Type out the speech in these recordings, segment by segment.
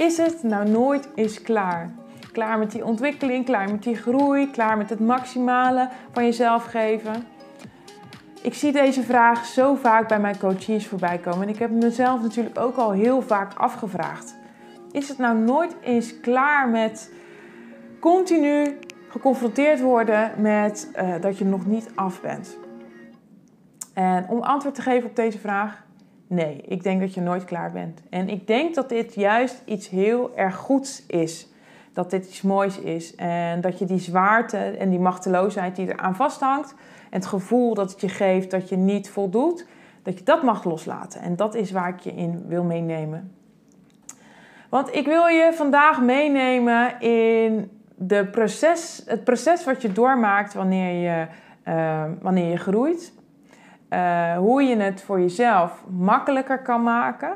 is het nou nooit eens klaar? Klaar met die ontwikkeling, klaar met die groei, klaar met het maximale van jezelf geven? Ik zie deze vraag zo vaak bij mijn coaches voorbij komen. En ik heb mezelf natuurlijk ook al heel vaak afgevraagd. Is het nou nooit eens klaar met continu geconfronteerd worden met dat je nog niet af bent? En om antwoord te geven op deze vraag, nee, ik denk dat je nooit klaar bent. En ik denk dat dit juist iets heel erg goeds is. Dat dit iets moois is. En dat je die zwaarte en die machteloosheid die eraan vasthangt, en het gevoel dat het je geeft dat je niet voldoet, dat je dat mag loslaten. En dat is waar ik je in wil meenemen. Want ik wil je vandaag meenemen in het proces wat je doormaakt wanneer je groeit. Hoe je het voor jezelf makkelijker kan maken.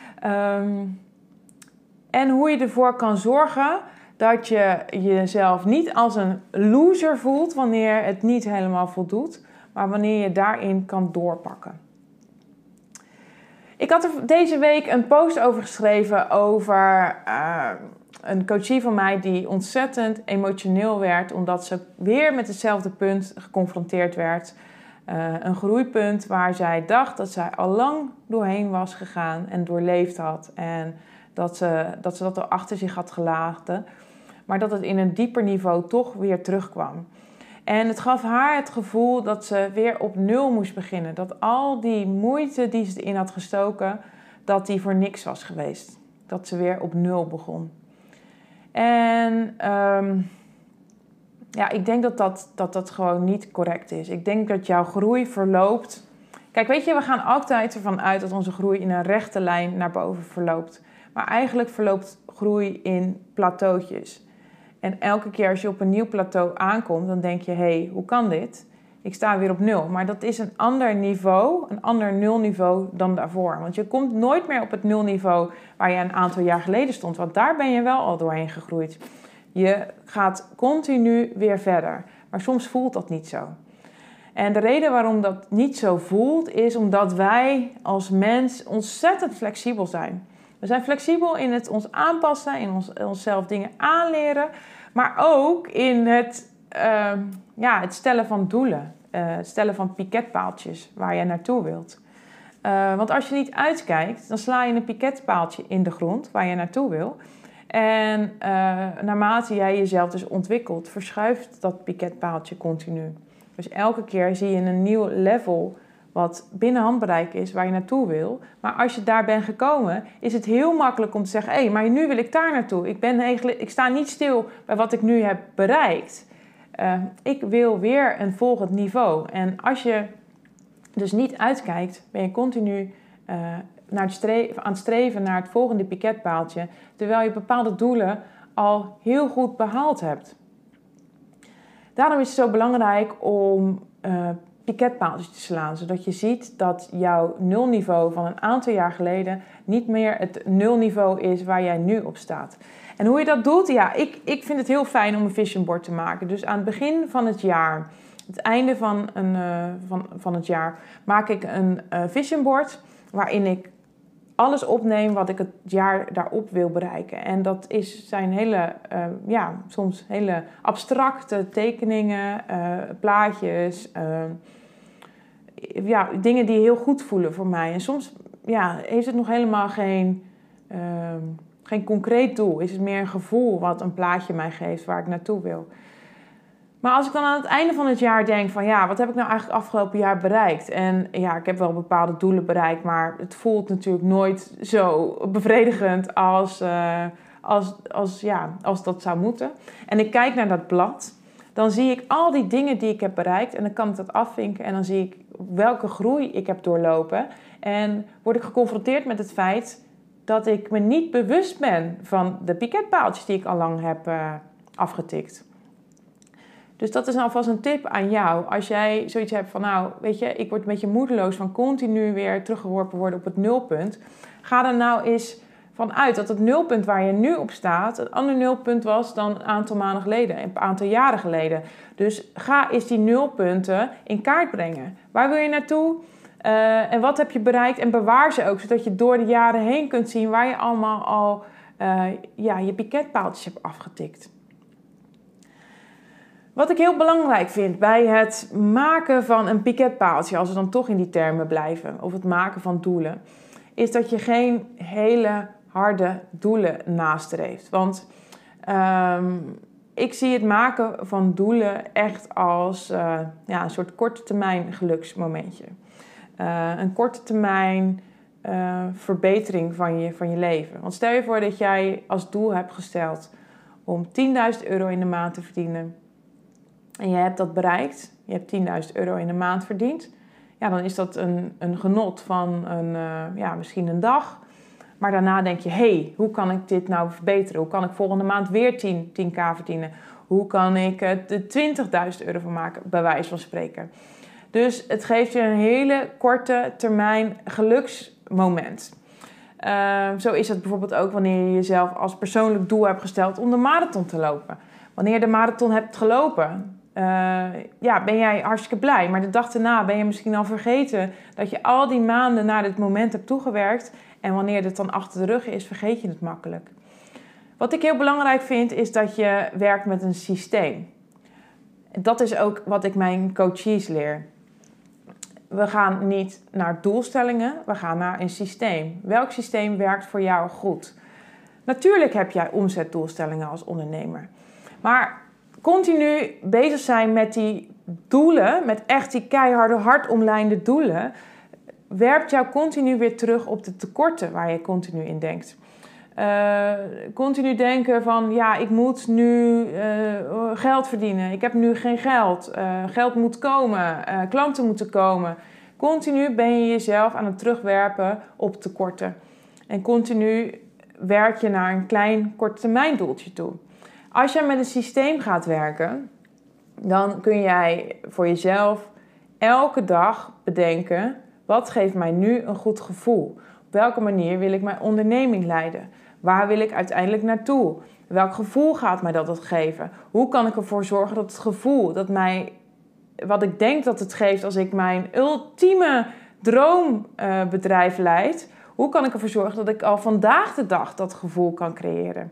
En hoe je ervoor kan zorgen dat je jezelf niet als een loser voelt wanneer het niet helemaal voldoet, maar wanneer je daarin kan doorpakken. Ik had er deze week een post over geschreven over een coachie van mij die ontzettend emotioneel werd, omdat ze weer met hetzelfde punt geconfronteerd werd. Een groeipunt waar zij dacht dat zij al lang doorheen was gegaan en doorleefd had. En dat ze dat al achter zich had gelaten. Maar dat het in een dieper niveau toch weer terugkwam. En het gaf haar het gevoel dat ze weer op nul moest beginnen. Dat al die moeite die ze erin had gestoken, dat die voor niks was geweest. Dat ze weer op nul begon. En ik denk dat gewoon niet correct is. Ik denk dat jouw groei verloopt. Kijk, weet je, we gaan altijd ervan uit dat onze groei in een rechte lijn naar boven verloopt. Maar eigenlijk verloopt groei in plateautjes. En elke keer als je op een nieuw plateau aankomt, dan denk je, hé, hoe kan dit? Ik sta weer op nul. Maar dat is een ander niveau, een ander nulniveau dan daarvoor. Want je komt nooit meer op het nulniveau waar je een aantal jaar geleden stond. Want daar ben je wel al doorheen gegroeid. Je gaat continu weer verder. Maar soms voelt dat niet zo. En de reden waarom dat niet zo voelt, is omdat wij als mens ontzettend flexibel zijn. We zijn flexibel in het ons aanpassen, in onszelf dingen aanleren. Maar ook in het stellen van doelen. Het stellen van piketpaaltjes waar je naartoe wilt. Want als je niet uitkijkt, dan sla je een piketpaaltje in de grond waar je naartoe wil. En naarmate jij jezelf dus ontwikkelt, verschuift dat piketpaaltje continu. Dus elke keer zie je een nieuw level wat binnen handbereik is waar je naartoe wil. Maar als je daar bent gekomen, is het heel makkelijk om te zeggen, hé, maar nu wil ik daar naartoe. Ik sta niet stil bij wat ik nu heb bereikt. Ik wil weer een volgend niveau. En als je dus niet uitkijkt, ben je continu aan het streven naar het volgende piketpaaltje, terwijl je bepaalde doelen al heel goed behaald hebt. Daarom is het zo belangrijk om piketpaaltjes te slaan, zodat je ziet dat jouw nulniveau van een aantal jaar geleden niet meer het nulniveau is waar jij nu op staat. En hoe je dat doet? Ja, ik vind het heel fijn om een vision board te maken. Dus aan het begin van het jaar, het einde van het jaar, maak ik een vision board waarin ik alles opneem wat ik het jaar daarop wil bereiken. En dat zijn soms hele abstracte tekeningen, plaatjes, dingen die heel goed voelen voor mij. En soms heeft het nog helemaal geen concreet doel. Is het meer een gevoel wat een plaatje mij geeft waar ik naartoe wil. Maar als ik dan aan het einde van het jaar denk van wat heb ik nou eigenlijk afgelopen jaar bereikt? En ik heb wel bepaalde doelen bereikt, maar het voelt natuurlijk nooit zo bevredigend als dat zou moeten. En ik kijk naar dat blad, dan zie ik al die dingen die ik heb bereikt en dan kan ik dat afvinken en dan zie ik welke groei ik heb doorlopen. En word ik geconfronteerd met het feit dat ik me niet bewust ben van de piketpaaltjes die ik al lang heb afgetikt. Dus dat is alvast een tip aan jou. Als jij zoiets hebt van, ik word een beetje moedeloos van continu weer teruggeworpen worden op het nulpunt. Ga er nou eens van uit dat het nulpunt waar je nu op staat een ander nulpunt was dan een aantal maanden geleden, een aantal jaren geleden. Dus ga eens die nulpunten in kaart brengen. Waar wil je naartoe? En wat heb je bereikt? En bewaar ze ook, zodat je door de jaren heen kunt zien waar je allemaal al je piketpaaltjes hebt afgetikt. Wat ik heel belangrijk vind bij het maken van een piketpaaltje, als we dan toch in die termen blijven, of het maken van doelen, is dat je geen hele harde doelen nastreeft. Want ik zie het maken van doelen echt als een soort korte termijn geluksmomentje. Een korte termijn verbetering van je leven. Want stel je voor dat jij als doel hebt gesteld om €10.000 in de maand te verdienen. En je hebt dat bereikt. Je hebt €10.000 in de maand verdiend. Ja, dan is dat een genot van misschien een dag. Maar daarna denk je, hoe kan ik dit nou verbeteren? Hoe kan ik volgende maand weer 10k verdienen? Hoe kan ik er €20.000 van maken, bij wijze van spreken? Dus het geeft je een hele korte termijn geluksmoment. Zo is het bijvoorbeeld ook wanneer je jezelf als persoonlijk doel hebt gesteld om de marathon te lopen. Wanneer je de marathon hebt gelopen, ben jij hartstikke blij. Maar de dag daarna ben je misschien al vergeten dat je al die maanden naar dit moment hebt toegewerkt. En wanneer het dan achter de rug is, vergeet je het makkelijk. Wat ik heel belangrijk vind, is dat je werkt met een systeem. Dat is ook wat ik mijn coaches leer. We gaan niet naar doelstellingen, we gaan naar een systeem. Welk systeem werkt voor jou goed? Natuurlijk heb jij omzetdoelstellingen als ondernemer. Maar continu bezig zijn met die doelen, met echt die keiharde, hardomlijnde doelen, werpt jou continu weer terug op de tekorten waar je continu in denkt. Continu denken van, ik moet nu geld verdienen. Ik heb nu geen geld. Geld moet komen. Klanten moeten komen. Continu ben je jezelf aan het terugwerpen op tekorten. En continu werk je naar een klein korttermijndoeltje toe. Als jij met een systeem gaat werken, dan kun jij voor jezelf elke dag bedenken, wat geeft mij nu een goed gevoel? Op welke manier wil ik mijn onderneming leiden? Waar wil ik uiteindelijk naartoe? Welk gevoel gaat mij dat geven? Hoe kan ik ervoor zorgen dat het gevoel, wat ik denk dat het geeft als ik mijn ultieme droombedrijf leid, hoe kan ik ervoor zorgen dat ik al vandaag de dag dat gevoel kan creëren?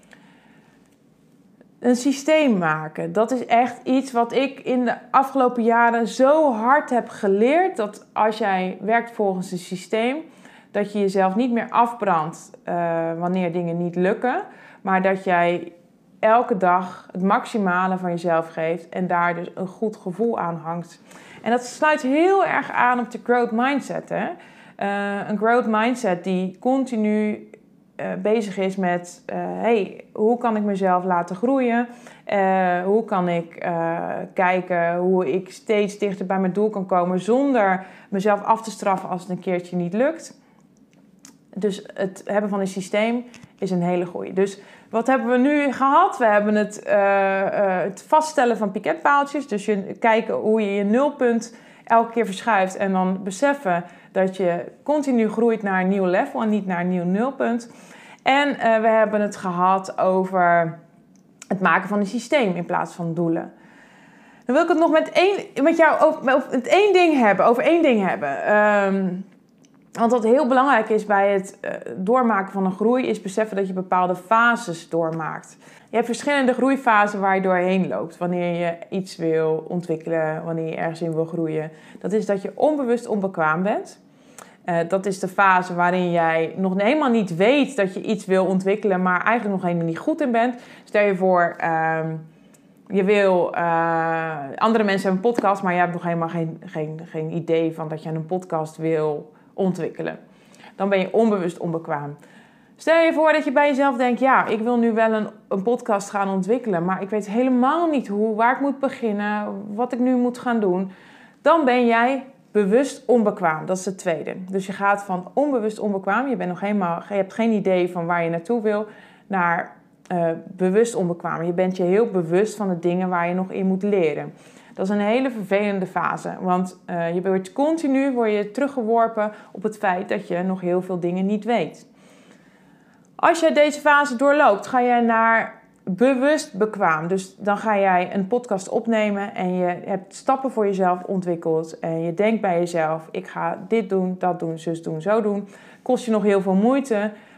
Een systeem maken, dat is echt iets wat ik in de afgelopen jaren zo hard heb geleerd, dat als jij werkt volgens een systeem, dat je jezelf niet meer afbrandt wanneer dingen niet lukken, maar dat jij elke dag het maximale van jezelf geeft en daar dus een goed gevoel aan hangt. En dat sluit heel erg aan op de growth mindset. Hè? Een growth mindset die continu bezig is met hoe kan ik mezelf laten groeien? Hoe kan ik kijken hoe ik steeds dichter bij mijn doel kan komen zonder mezelf af te straffen als het een keertje niet lukt. Dus het hebben van een systeem is een hele goeie. Dus wat hebben we nu gehad? We hebben het vaststellen van piketpaaltjes. Dus kijken hoe je je nulpunt elke keer verschuift. En dan beseffen dat je continu groeit naar een nieuw level en niet naar een nieuw nulpunt. En we hebben het gehad over het maken van een systeem in plaats van doelen. Dan wil ik het nog met jou over één ding hebben. Want wat heel belangrijk is bij het doormaken van een groei, is beseffen dat je bepaalde fases doormaakt. Je hebt verschillende groeifasen waar je doorheen loopt. Wanneer je iets wil ontwikkelen, wanneer je ergens in wil groeien. Dat is dat je onbewust onbekwaam bent. Dat is de fase waarin jij nog helemaal niet weet dat je iets wil ontwikkelen, maar eigenlijk nog helemaal niet goed in bent. Stel je voor, je wil, andere mensen hebben een podcast, maar je hebt nog helemaal geen idee van dat je een podcast wil ontwikkelen. Dan ben je onbewust onbekwaam. Stel je voor dat je bij jezelf denkt, ik wil nu wel een podcast gaan ontwikkelen, maar ik weet helemaal niet waar ik moet beginnen, wat ik nu moet gaan doen. Dan ben jij bewust onbekwaam. Dat is het tweede. Dus je gaat van onbewust onbekwaam, je hebt geen idee van waar je naartoe wil, naar bewust onbekwaam. Je bent je heel bewust van de dingen waar je nog in moet leren. Dat is een hele vervelende fase, want je wordt continu teruggeworpen op het feit dat je nog heel veel dingen niet weet. Als je deze fase doorloopt, ga je naar bewust bekwaam. Dus dan ga jij een podcast opnemen en je hebt stappen voor jezelf ontwikkeld. En je denkt bij jezelf, ik ga dit doen, dat doen, zus doen, zo doen. Kost je nog heel veel moeite,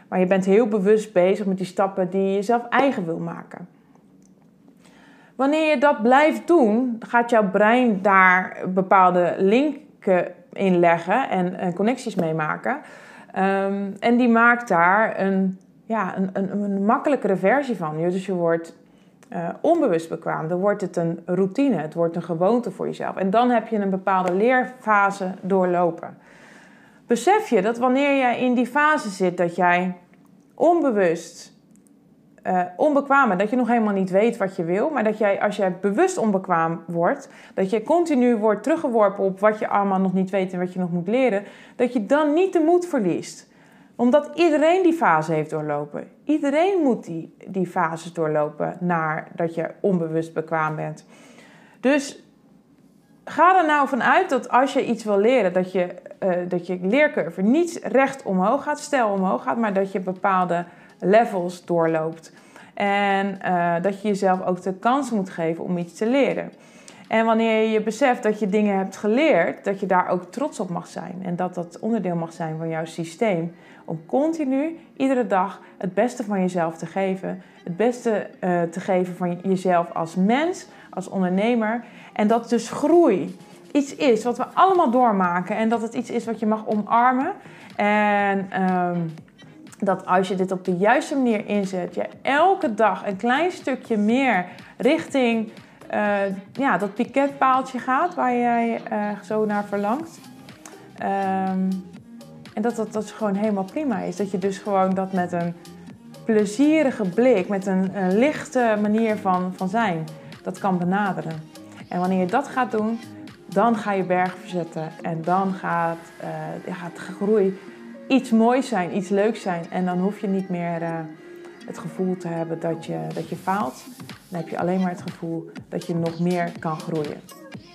Maar je bent heel bewust bezig met die stappen die je zelf eigen wil maken. Wanneer je dat blijft doen, gaat jouw brein daar bepaalde linken in leggen en connecties mee maken. En die maakt daar een makkelijkere versie van. Dus je wordt onbewust bekwaam. Dan wordt het een routine, het wordt een gewoonte voor jezelf. En dan heb je een bepaalde leerfase doorlopen. Besef je dat wanneer jij in die fase zit dat jij onbewust onbekwaam bent, dat je nog helemaal niet weet wat je wil, maar dat jij, als jij bewust onbekwaam wordt, dat je continu wordt teruggeworpen op wat je allemaal nog niet weet en wat je nog moet leren, dat je dan niet de moed verliest. Omdat iedereen die fase heeft doorlopen. Iedereen moet die fases doorlopen nadat je onbewust bekwaam bent. Dus ga er nou vanuit dat als je iets wil leren, dat je leercurve niet recht omhoog gaat, steil omhoog gaat, maar dat je bepaalde levels doorloopt. En dat je jezelf ook de kans moet geven om iets te leren. En wanneer je beseft dat je dingen hebt geleerd, dat je daar ook trots op mag zijn. En dat dat onderdeel mag zijn van jouw systeem. Om continu, iedere dag, het beste van jezelf te geven. Het beste te geven van jezelf als mens, als ondernemer. En dat dus groei iets is wat we allemaal doormaken. En dat het iets is wat je mag omarmen. En dat als je dit op de juiste manier inzet, je elke dag een klein stukje meer richting dat piketpaaltje gaat waar jij zo naar verlangt. En dat gewoon helemaal prima is. Dat je dus gewoon dat met een plezierige blik, met een lichte manier van zijn, dat kan benaderen. En wanneer je dat gaat doen, dan ga je bergen verzetten. En dan gaat groei iets moois zijn, iets leuks zijn. En dan hoef je niet meer het gevoel te hebben dat je faalt. Dan heb je alleen maar het gevoel dat je nog meer kan groeien.